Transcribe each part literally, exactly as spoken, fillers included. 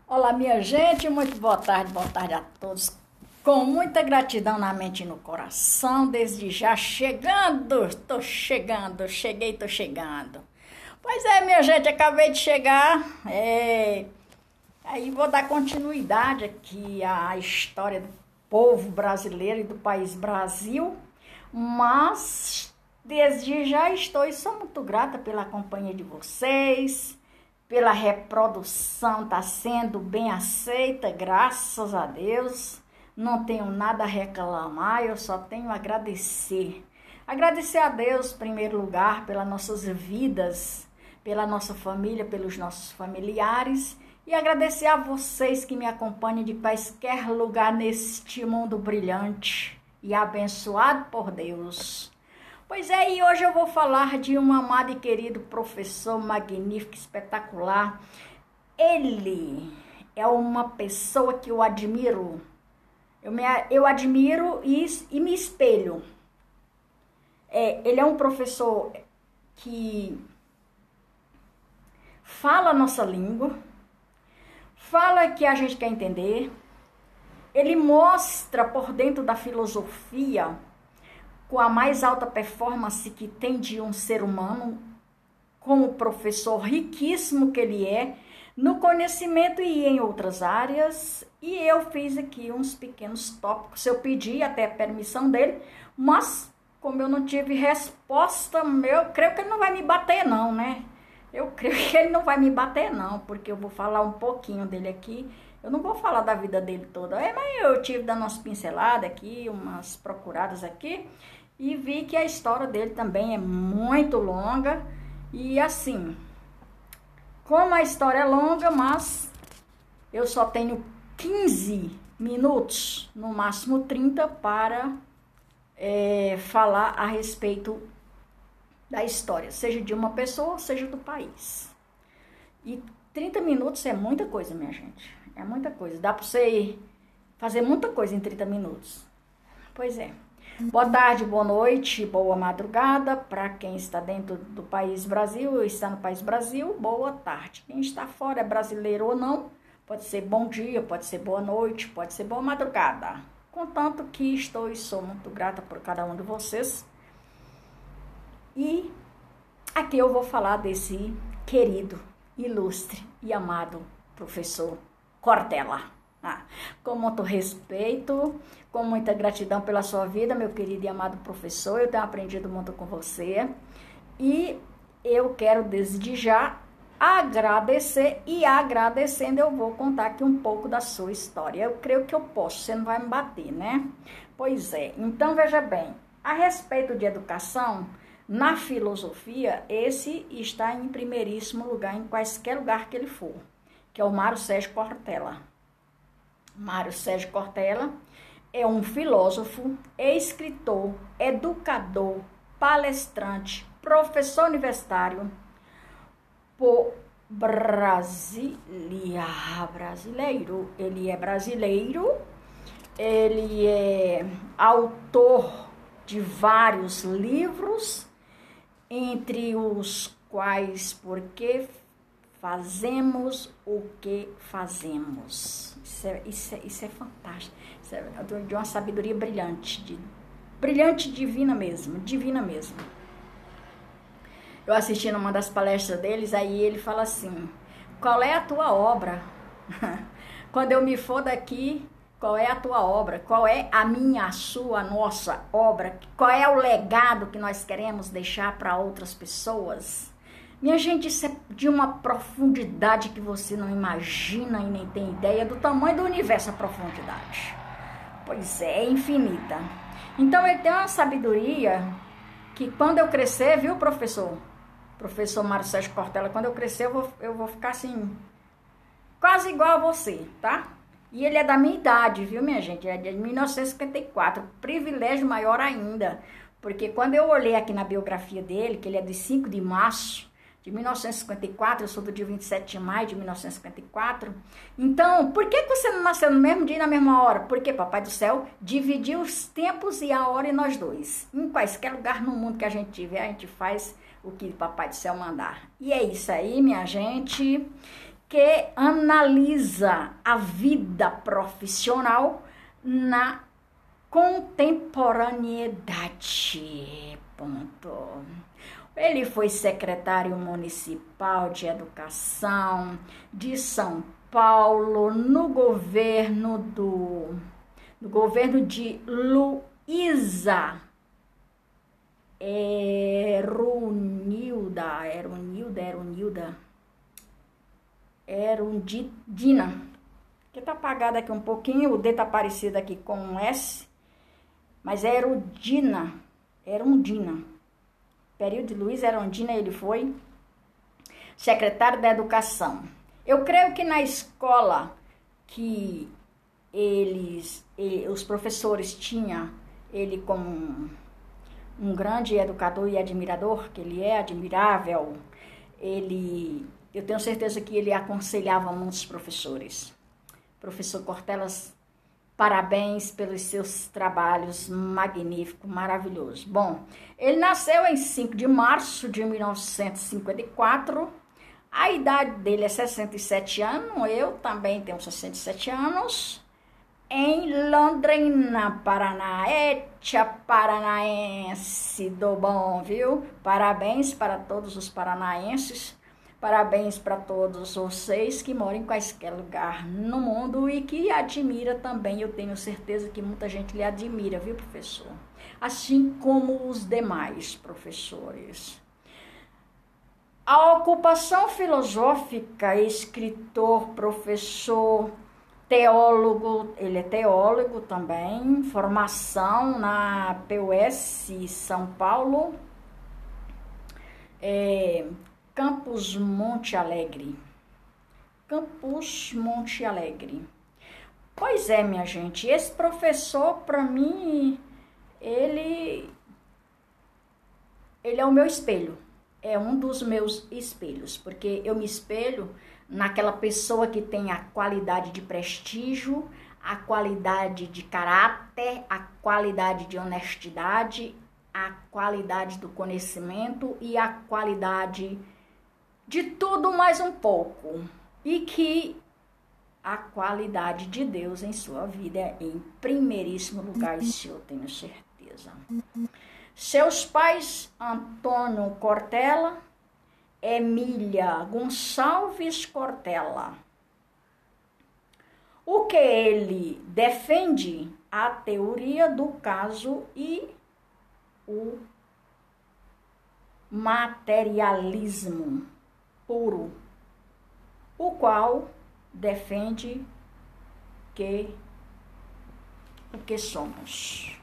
Olá, minha gente, muito boa tarde, boa tarde a todos. Com muita gratidão na mente e no coração, desde já chegando, tô chegando, cheguei, tô chegando. Pois é, minha gente, acabei de chegar, é... aí vou dar continuidade aqui à história do povo brasileiro e do país Brasil, mas desde já estou e sou muito grata pela companhia de vocês, pela reprodução, está sendo bem aceita, graças a Deus. Não tenho nada a reclamar, eu só tenho a agradecer. Agradecer a Deus, em primeiro lugar, pelas nossas vidas, pela nossa família, pelos nossos familiares. E agradecer a vocês que me acompanham de quaisquer lugar neste mundo brilhante e abençoado por Deus. Pois é, e hoje eu vou falar de um amado e querido professor magnífico, espetacular. Ele é uma pessoa que eu admiro. Eu, me, eu admiro e, e me espelho. É, ele é um professor que fala a nossa língua, fala que a gente quer entender. Ele mostra por dentro da filosofia, com a mais alta performance que tem de um ser humano, como professor riquíssimo que ele é, no conhecimento e em outras áreas. E eu fiz aqui uns pequenos tópicos, eu pedi até a permissão dele, mas como eu não tive resposta, eu creio que ele não vai me bater não, né? Eu creio que ele não vai me bater não, porque eu vou falar um pouquinho dele aqui. Eu não vou falar da vida dele toda, é, mas eu tive dando umas pinceladas aqui, umas procuradas aqui, e vi que a história dele também é muito longa. E assim, como a história é longa, mas eu só tenho quinze minutos, no máximo trinta, para é, falar a respeito da história, seja de uma pessoa, seja do país. E trinta minutos é muita coisa, minha gente. É muita coisa. Dá para você fazer muita coisa em trinta minutos. Pois é. Boa tarde, boa noite, boa madrugada. Para quem está dentro do país Brasil, ou está no país Brasil, boa tarde. Quem está fora, é brasileiro ou não, pode ser bom dia, pode ser boa noite, pode ser boa madrugada. Contanto que estou e sou muito grata por cada um de vocês. E aqui eu vou falar desse querido, ilustre e amado professor Cortella. Ah, com muito respeito, com muita gratidão pela sua vida, meu querido e amado professor. Eu tenho aprendido muito com você e eu quero desde já agradecer, e agradecendo eu vou contar aqui um pouco da sua história. Eu creio que eu posso, você não vai me bater, né? Pois é, então veja bem, a respeito de educação, na filosofia, esse está em primeiríssimo lugar, em quaisquer lugar que ele for, que é o Mário Sérgio Cortella. Mário Sérgio Cortella é um filósofo, escritor, educador, palestrante, professor universitário, por Brasilia, brasileiro. Ele é brasileiro, ele é autor de vários livros, entre os quais Por que Fazemos o que Fazemos. Isso é, isso é, isso é fantástico. Isso é de uma sabedoria brilhante, de, brilhante, divina mesmo, divina mesmo. Eu assisti numa das palestras deles, aí ele fala assim: qual é a tua obra? Quando eu me for daqui, qual é a tua obra? Qual é a minha, a sua, a nossa obra? Qual é o legado que nós queremos deixar para outras pessoas? Minha gente, isso é de uma profundidade que você não imagina e nem tem ideia do tamanho do universo, a profundidade. Pois é, é infinita. Então ele tem uma sabedoria que quando eu crescer, viu, professor? Professor Mário Sérgio Cortella, quando eu crescer eu vou, eu vou ficar assim, quase igual a você, tá? E ele é da minha idade, viu, minha gente? Ele é de mil novecentos e cinquenta e quatro, privilégio maior ainda. Porque quando eu olhei aqui na biografia dele, que ele é de cinco de março de mil novecentos e cinquenta e quatro, eu sou do dia vinte e sete de maio de mil novecentos e cinquenta e quatro. Então, por que você não nasceu no mesmo dia e na mesma hora? Porque Papai do Céu dividiu os tempos e a hora em nós dois. Em quaisquer lugar no mundo que a gente tiver, a gente faz o que Papai do Céu mandar. E é isso aí, minha gente. que analisa a vida profissional na contemporaneidade. Ponto. Ele foi secretário municipal de educação de São Paulo no governo do no governo de Luísa Erunilda, Erunilda, Erunilda, Erundina, que tá apagado aqui um pouquinho, o D tá parecido aqui com um S, mas é Erundina, Erundina. Período de Luiz Erundina, ele foi secretário da Educação. Eu creio que na escola que eles, os professores tinham ele como um grande educador e admirador, que ele é admirável, ele, eu tenho certeza que ele aconselhava muitos professores. Professor Cortelas, parabéns pelos seus trabalhos magníficos, maravilhosos. Bom, ele nasceu em cinco de março de mil novecentos e cinquenta e quatro, a idade dele é sessenta e sete anos, eu também tenho sessenta e sete anos, em Londrina, Paraná. Etia paranaense do bom, viu? Parabéns para todos os paranaenses, parabéns para todos vocês que moram em quaisquer lugar no mundo e que admira também, eu tenho certeza que muita gente lhe admira, viu, professor? Assim como os demais professores. A ocupação filosófica, escritor, professor, teólogo, ele é teólogo também, formação na P U S São Paulo, é, Campus Monte Alegre, Campus Monte Alegre. Pois é, minha gente, esse professor, para mim, ele, ele é o meu espelho, é um dos meus espelhos, porque eu me espelho naquela pessoa que tem a qualidade de prestígio, a qualidade de caráter, a qualidade de honestidade, a qualidade do conhecimento e a qualidade de tudo mais um pouco. E que a qualidade de Deus em sua vida é em primeiríssimo lugar, isso eu tenho certeza. Seus pais, Antônio Cortella, Emília Gonçalves Cortella. O que ele defende? A teoria do caso e o materialismo puro, o qual defende que o que somos.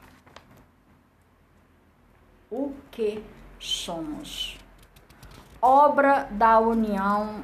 O que somos. Obra da união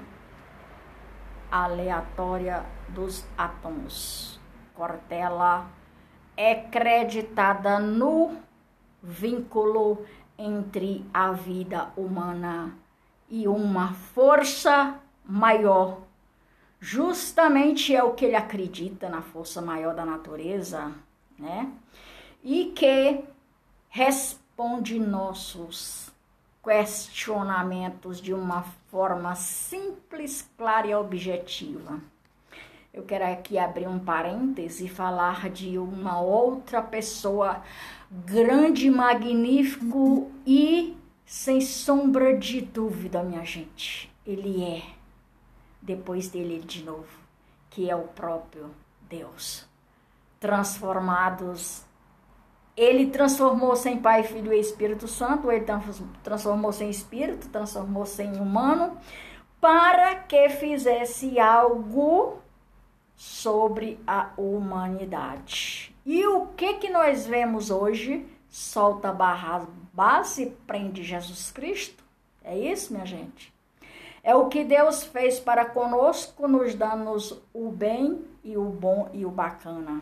aleatória dos átomos. Cortella é creditada no vínculo entre a vida humana e uma força maior. Justamente é o que ele acredita na força maior da natureza, né? E que responde nossos questionamentos de uma forma simples, clara e objetiva. Eu quero aqui abrir um parêntese e falar de uma outra pessoa grande, magnífico e sem sombra de dúvida, minha gente. Ele é, depois dele de novo, que é o próprio Deus. Transformados, ele transformou-se em Pai, Filho e Espírito Santo, ele transformou-se em Espírito, transformou-se em humano, para que fizesse algo sobre a humanidade. E o que que nós vemos hoje? Solta Barrabás e prende Jesus Cristo? É isso, minha gente? É o que Deus fez para conosco, nos dando o bem e o bom e o bacana.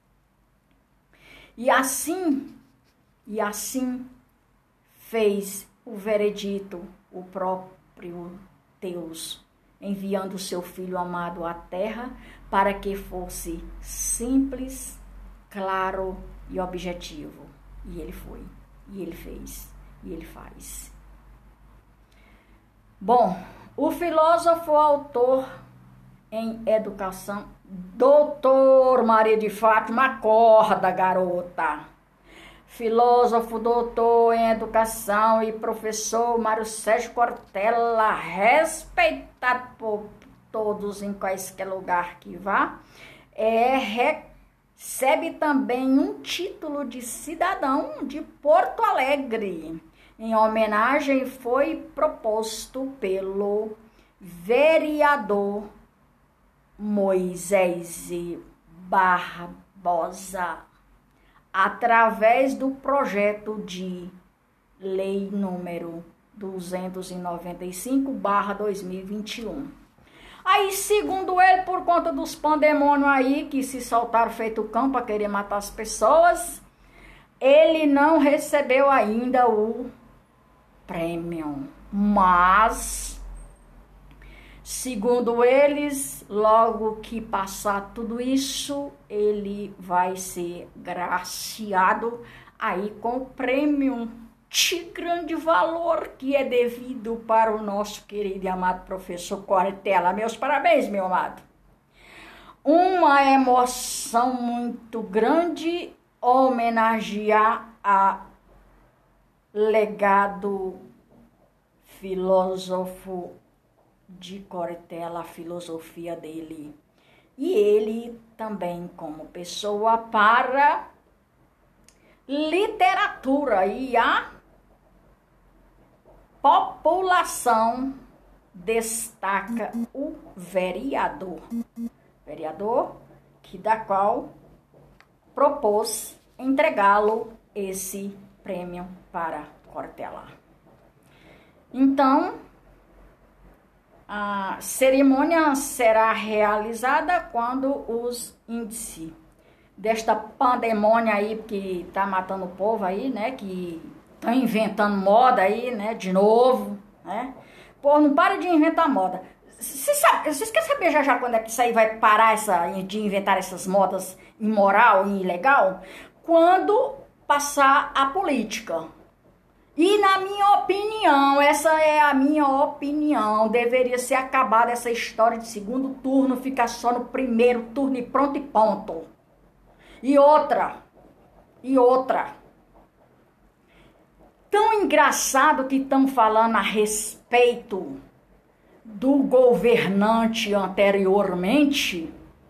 E assim, e assim fez o veredito, o próprio Deus, enviando o seu Filho amado à terra para que fosse simples, claro e objetivo. E ele foi, e ele fez, e ele faz. Bom, o filósofo autor em educação. Doutor Maria de Fátima, acorda, garota. Filósofo, doutor em educação e professor Mário Sérgio Cortella, respeitado por todos em quaisquer lugar que vá, é, recebe também um título de cidadão de Porto Alegre. Em homenagem, foi proposto pelo vereador Moisés Barbosa, através do projeto de lei número duzentos e noventa e cinco barra dois mil e vinte e um. Aí, segundo ele, por conta dos pandemônios aí que se soltaram feito cão para querer matar as pessoas, ele não recebeu ainda o prêmio. Mas, segundo eles, logo que passar tudo isso, ele vai ser graciado aí com o prêmio de grande valor que é devido para o nosso querido e amado professor Cortella. Meus parabéns, meu amado. Uma emoção muito grande homenagear a legado filósofo de Cortella, a filosofia dele. E ele também como pessoa para literatura e a população destaca o vereador. Vereador que da qual propôs entregá-lo esse prêmio para Cortella. Então, a cerimônia será realizada quando os índices desta pandemônia aí que tá matando o povo aí, né, que estão inventando moda aí, né, de novo, né? Pô, não para de inventar moda. Vocês vocês querem saber já já quando é que isso aí vai parar essa, de inventar essas modas imoral e ilegal? Quando passar a política. E na minha opinião, essa é a minha opinião, deveria ser acabada essa história de segundo turno, ficar só no primeiro turno e pronto e ponto. E outra, e outra. Tão engraçado que estão falando a respeito do governante anteriormente,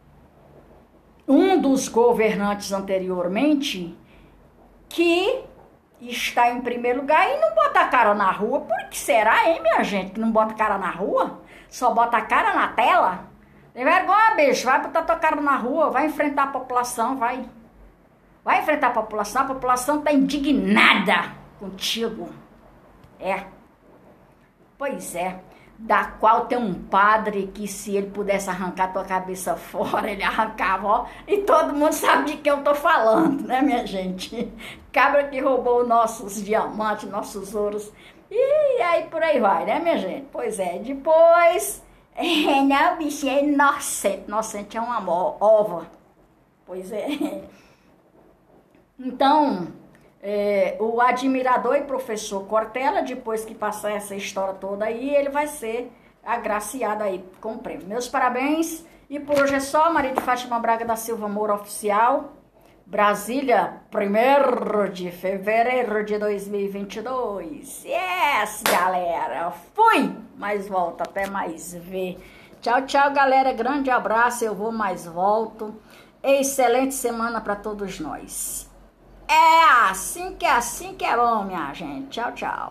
um dos governantes anteriormente, que está em primeiro lugar e não bota a cara na rua. Por que será, hein, minha gente, que não bota a cara na rua? Só bota a cara na tela? Tem vergonha, bicho, vai botar tua cara na rua, vai enfrentar a população, vai. Vai enfrentar a população, a população tá indignada contigo. É. Pois é. Da qual tem um padre que se ele pudesse arrancar tua cabeça fora, ele arrancava, ó. E todo mundo sabe de que eu tô falando, né, minha gente? Cabra que roubou nossos diamantes, nossos ouros. E aí por aí vai, né, minha gente? Pois é, depois... É, não, bichinho, é inocente. Inocente é uma ova. Pois é. Então... É, o admirador e professor Cortella, depois que passar essa história toda aí, ele vai ser agraciado aí com o prêmio. Meus parabéns. E por hoje é só. Maria de Fátima Braga da Silva Moura Oficial. Brasília, primeiro de fevereiro de dois mil e vinte e dois. Yes, galera. Fui! Mais volto. Até mais ver. Tchau, tchau, galera. Grande abraço. Eu vou mais volto. Excelente semana para todos nós. É assim que é assim que é bom, minha gente. Tchau, tchau.